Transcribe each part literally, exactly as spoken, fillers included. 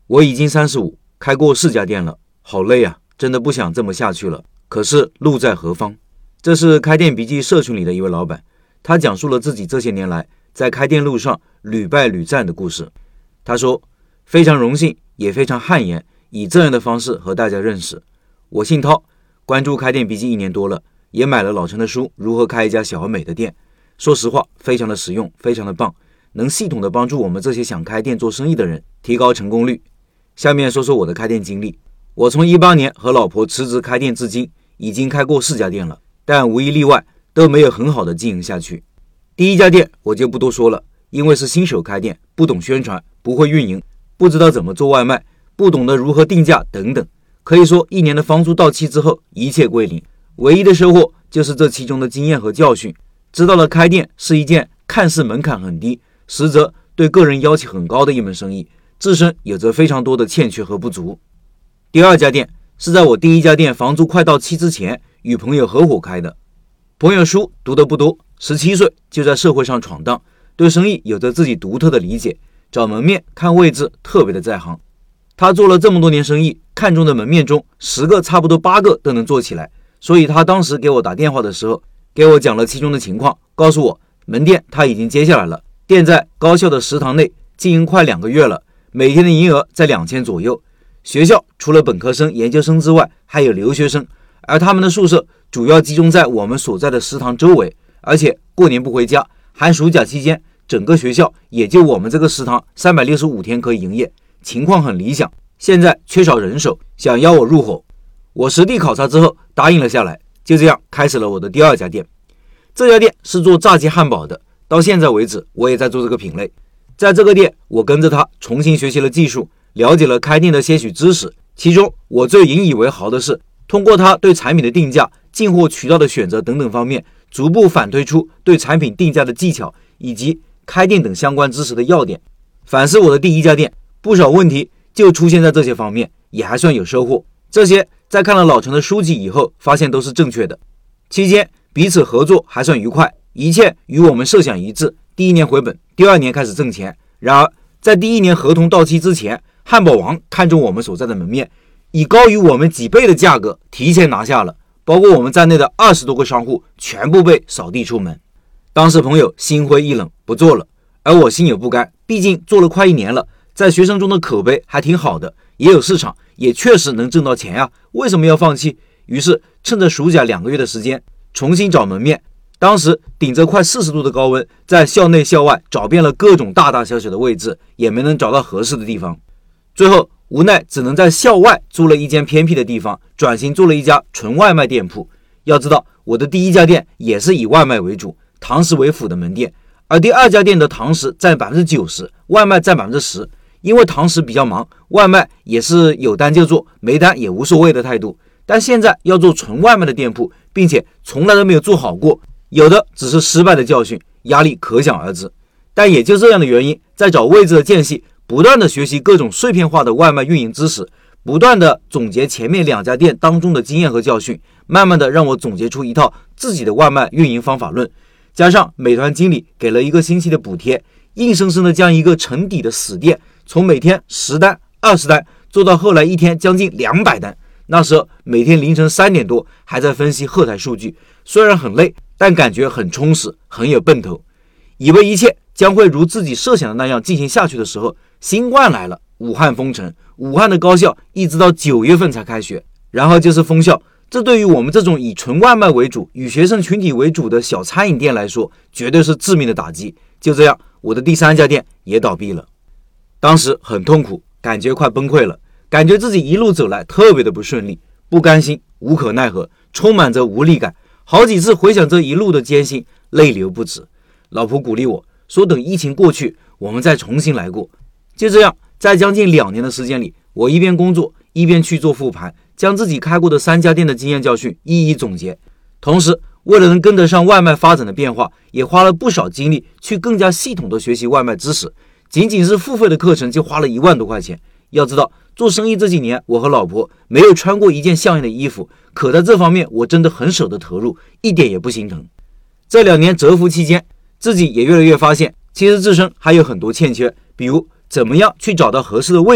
我已经三十五，开过四家店了，好累啊，真的不想这么下去了。可是路在何方？这是开店笔记社群里的一位老板，他讲述了自己这些年来在开店路上屡败屡战的故事。他说，非常荣幸也非常汗颜以这样的方式和大家认识。我姓涛，关注开店笔记一年多了，也买了老陈的书《如何开一家小而美的店》。说实话，非常的实用，非常的棒，能系统的帮助我们这些想开店做生意的人提高成功率。下面说说我的开店经历。我从一八年和老婆辞职开店至今，已经开过四家店了，但无一例外都没有很好的经营下去。第一家店我就不多说了，因为是新手开店，不懂宣传，不会运营，不知道怎么做外卖，不懂得如何定价等等。可以说一年的房租到期之后，一切归零。唯一的收获就是这其中的经验和教训，知道了开店是一件看似门槛很低，实则对个人要求很高的一门生意，自身有着非常多的欠缺和不足。第二家店是在我第一家店房租快到期之前与朋友合伙开的。朋友书读得不多，十七岁就在社会上闯荡，对生意有着自己独特的理解，找门面看位置特别的在行。他做了这么多年生意，看中的门面中十个差不多八个都能做起来，所以他当时给我打电话的时候，给我讲了其中的情况，告诉我门店他已经接下来了，店在高校的食堂内经营快两个月了，每天的营业额在两千左右。学校除了本科生、研究生之外，还有留学生，而他们的宿舍主要集中在我们所在的食堂周围，而且过年不回家，寒暑假期间整个学校也就我们这个食堂三百六十五天可以营业，情况很理想。现在缺少人手，想邀我入伙，我实地考察之后答应了下来，就这样开始了我的第二家店。这家店是做炸鸡汉堡的，到现在为止我也在做这个品类。在这个店，我跟着他重新学习了技术，了解了开店的些许知识，其中我最引以为豪的是，通过他对产品的定价、进货渠道的选择等等方面，逐步反推出对产品定价的技巧以及开店等相关知识的要点。反是我的第一家店，不少问题就出现在这些方面，也还算有收获。这些在看了老陈的书籍以后，发现都是正确的。期间彼此合作还算愉快，一切与我们设想一致。第一年回本，第二年开始挣钱。然而在第一年合同到期之前，汉堡王看中我们所在的门面，以高于我们几倍的价格提前拿下了，包括我们在内的二十多个商户全部被扫地出门。当时朋友心灰意冷，不做了，而我心有不甘，毕竟做了快一年了，在学生中的口碑还挺好的，也有市场，也确实能挣到钱啊，为什么要放弃？于是趁着暑假两个月的时间重新找门面。当时顶着快四十度的高温，在校内校外找遍了各种大大小小的位置，也没能找到合适的地方。最后无奈只能在校外租了一间偏僻的地方，转型做了一家纯外卖店铺。要知道我的第一家店也是以外卖为主，堂食为辅的门店，而第二家店的堂食占 百分之九十， 外卖占 百分之十。 因为堂食比较忙，外卖也是有单就做，没单也无所谓的态度。但现在要做纯外卖的店铺，并且从来都没有做好过，有的只是失败的教训，压力可想而知。但也就这样的原因，在找位置的间隙，不断的学习各种碎片化的外卖运营知识，不断的总结前面两家店当中的经验和教训，慢慢的让我总结出一套自己的外卖运营方法论。加上美团经理给了一个星期的补贴，硬生生的将一个沉底的死店从每天十单二十单做到后来一天将近两百单。那时候每天凌晨三点多还在分析后台数据，虽然很累，但感觉很充实，很有奔头。以为一切将会如自己设想的那样进行下去的时候，新冠来了，武汉封城，武汉的高校一直到九月份才开学，然后就是封校。这对于我们这种以纯外卖为主、以学生群体为主的小餐饮店来说，绝对是致命的打击。就这样，我的第三家店也倒闭了。当时很痛苦，感觉快崩溃了，感觉自己一路走来特别的不顺利，不甘心，无可奈何，充满着无力感。好几次回想这一路的艰辛，泪流不止。老婆鼓励我说，等疫情过去，我们再重新来过。就这样，在将近两年的时间里，我一边工作一边去做复盘，将自己开过的三家店的经验教训一一总结。同时为了能跟得上外卖发展的变化，也花了不少精力去更加系统的学习外卖知识，仅仅是付费的课程就花了一万多块钱。要知道做生意这几年，我和老婆没有穿过一件像样的衣服，可在这方面我真的很舍得投入，一点也不心疼。这两年蛰伏期间，自己也越来越发现，其实自身还有很多欠缺，比如怎么样去找到合适的位置，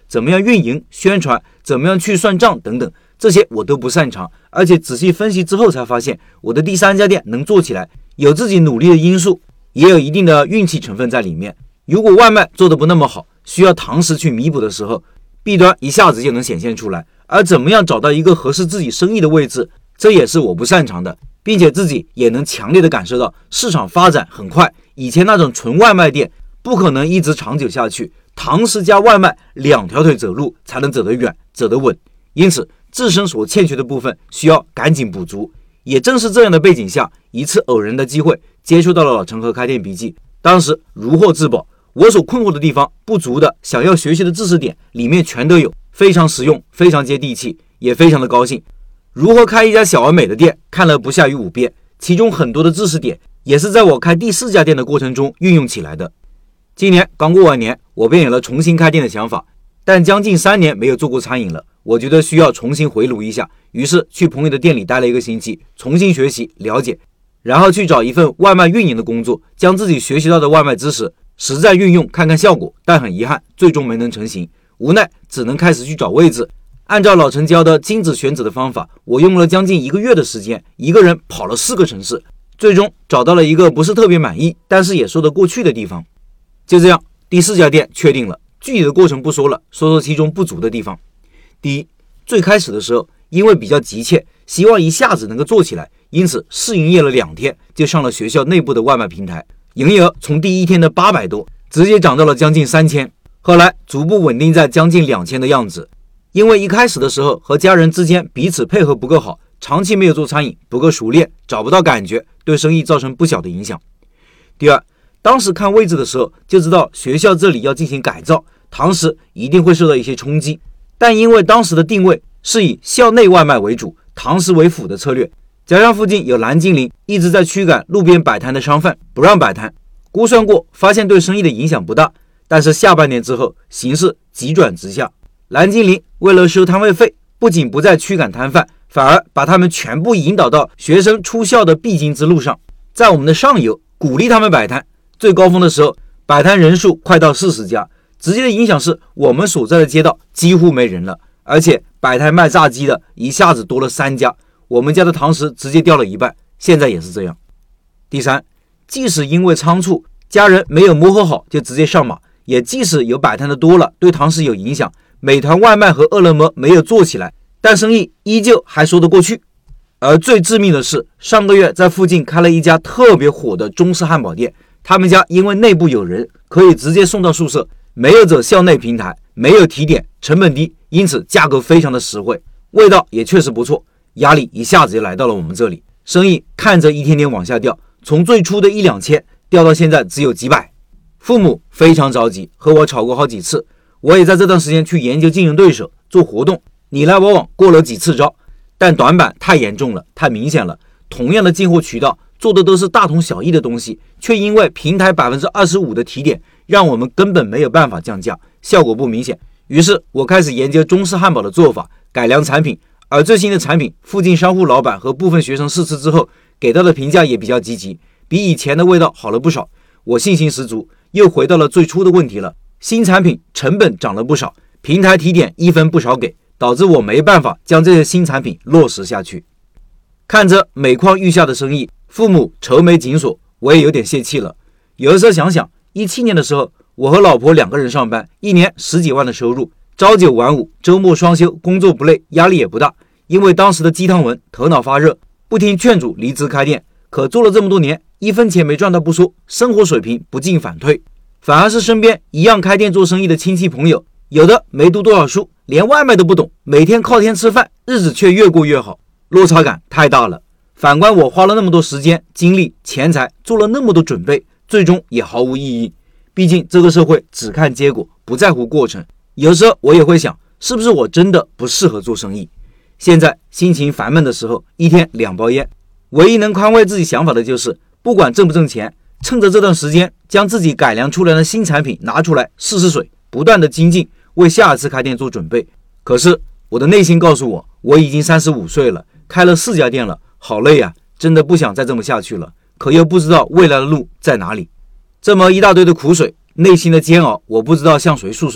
怎么样运营、宣传，怎么样去算账等等，这些我都不擅长。而且仔细分析之后才发现，我的第三家店能做起来，有自己努力的因素，也有一定的运气成分在里面。如果外卖做得不那么好，需要堂食去弥补的时候，弊端一下子就能显现出来。而怎么样找到一个合适自己生意的位置，这也是我不擅长的，并且自己也能强烈的感受到市场发展很快，以前那种纯外卖店不可能一直长久下去，堂食加外卖两条腿走路才能走得远，走得稳。因此自身所欠缺的部分需要赶紧补足。也正是这样的背景下，一次偶然的机会接触到了老陈和开店笔记，当时如获至宝，我所困惑的地方、不足的、想要学习的知识点里面全都有，非常实用，非常接地气，也非常的高兴。如何开一家小而美的店，看了不下于五遍，其中很多的知识点也是在我开第四家店的过程中运用起来的。今年刚过完年，我便有了重新开店的想法，但将近三年没有做过餐饮了，我觉得需要重新回炉一下，于是去朋友的店里待了一个星期，重新学习了解，然后去找一份外卖运营的工作，将自己学习到的外卖知识实在运用看看效果，但很遗憾最终没能成型，无奈只能开始去找位置。按照老陈教的精子选址的方法，我用了将近一个月的时间，一个人跑了四个城市，最终找到了一个不是特别满意但是也说得过去的地方。就这样，第四家店确定了，具体的过程不说了，说说其中不足的地方。第一，最开始的时候因为比较急切，希望一下子能够做起来，因此试营业了两天就上了学校内部的外卖平台，营业额从第一天的八百多直接涨到了将近三千，后来逐步稳定在将近两千的样子。因为一开始的时候和家人之间彼此配合不够好，长期没有做餐饮，不够熟练，找不到感觉，对生意造成不小的影响。第二，当时看位置的时候就知道学校这里要进行改造，堂食一定会受到一些冲击，但因为当时的定位是以校内外卖为主，堂食为辅的策略，加上附近有蓝精灵一直在驱赶路边摆摊的商贩，不让摆摊，估算过发现对生意的影响不大。但是下半年之后形势急转直下，蓝精灵为了收摊位费，不仅不再驱赶摊贩，反而把他们全部引导到学生出校的必经之路上，在我们的上游鼓励他们摆摊，最高峰的时候摆摊人数快到四十家，直接的影响是我们所在的街道几乎没人了，而且摆摊卖炸鸡的一下子多了三家，我们家的堂食直接掉了一半，现在也是这样。第三，即使因为仓促，家人没有磨合好就直接上马，也即使有摆摊的多了，对堂食有影响，美团外卖和饿了么没有做起来，但生意依旧还说得过去。而最致命的是，上个月在附近开了一家特别火的中式汉堡店，他们家因为内部有人，可以直接送到宿舍，没有走校内平台，没有提点，成本低，因此价格非常的实惠，味道也确实不错，压力一下子就来到了我们这里，生意看着一天天往下掉，从最初的一两千掉到现在只有几百。父母非常着急，和我吵过好几次，我也在这段时间去研究竞争对手，做活动，你来我往过了几次招，但短板太严重了，太明显了。同样的进货渠道，做的都是大同小异的东西，却因为平台 百分之二十五 的提点，让我们根本没有办法降价，效果不明显。于是我开始研究中式汉堡的做法，改良产品，而最新的产品，附近商户老板和部分学生试吃之后给到的评价也比较积极，比以前的味道好了不少，我信心十足。又回到了最初的问题了，新产品成本涨了不少，平台提点一分不少给，导致我没办法将这些新产品落实下去。看着每况愈下的生意，父母愁眉紧锁，我也有点泄气了。有的时候想想，一七年的时候，我和老婆两个人上班，一年十几万的收入，朝九晚五，周末双休，工作不累，压力也不大。因为当时的鸡汤文，头脑发热，不听劝阻离职开店，可做了这么多年，一分钱没赚到不说，生活水平不进反退，反而是身边一样开店做生意的亲戚朋友，有的没读多少书，连外卖都不懂，每天靠天吃饭，日子却越过越好，落差感太大了。反观我花了那么多时间、精力、钱财，做了那么多准备，最终也毫无意义。毕竟这个社会只看结果，不在乎过程。有时候我也会想，是不是我真的不适合做生意？现在心情烦闷的时候，一天两包烟，唯一能宽慰自己想法的就是，不管挣不挣钱，趁着这段时间将自己改良出来的新产品拿出来试试水，不断的精进，为下一次开店做准备。可是我的内心告诉我，我已经三十五岁了，开了四家店了，好累啊，真的不想再这么下去了，可又不知道未来的路在哪里。这么一大堆的苦水，内心的煎熬，我不知道向谁诉说。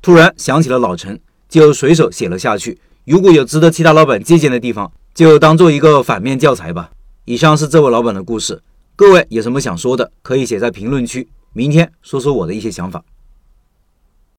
突然想起了老陈，就随手写了下去。如果有值得其他老板借鉴的地方，就当做一个反面教材吧。以上是这位老板的故事，各位有什么想说的，可以写在评论区，明天说说我的一些想法。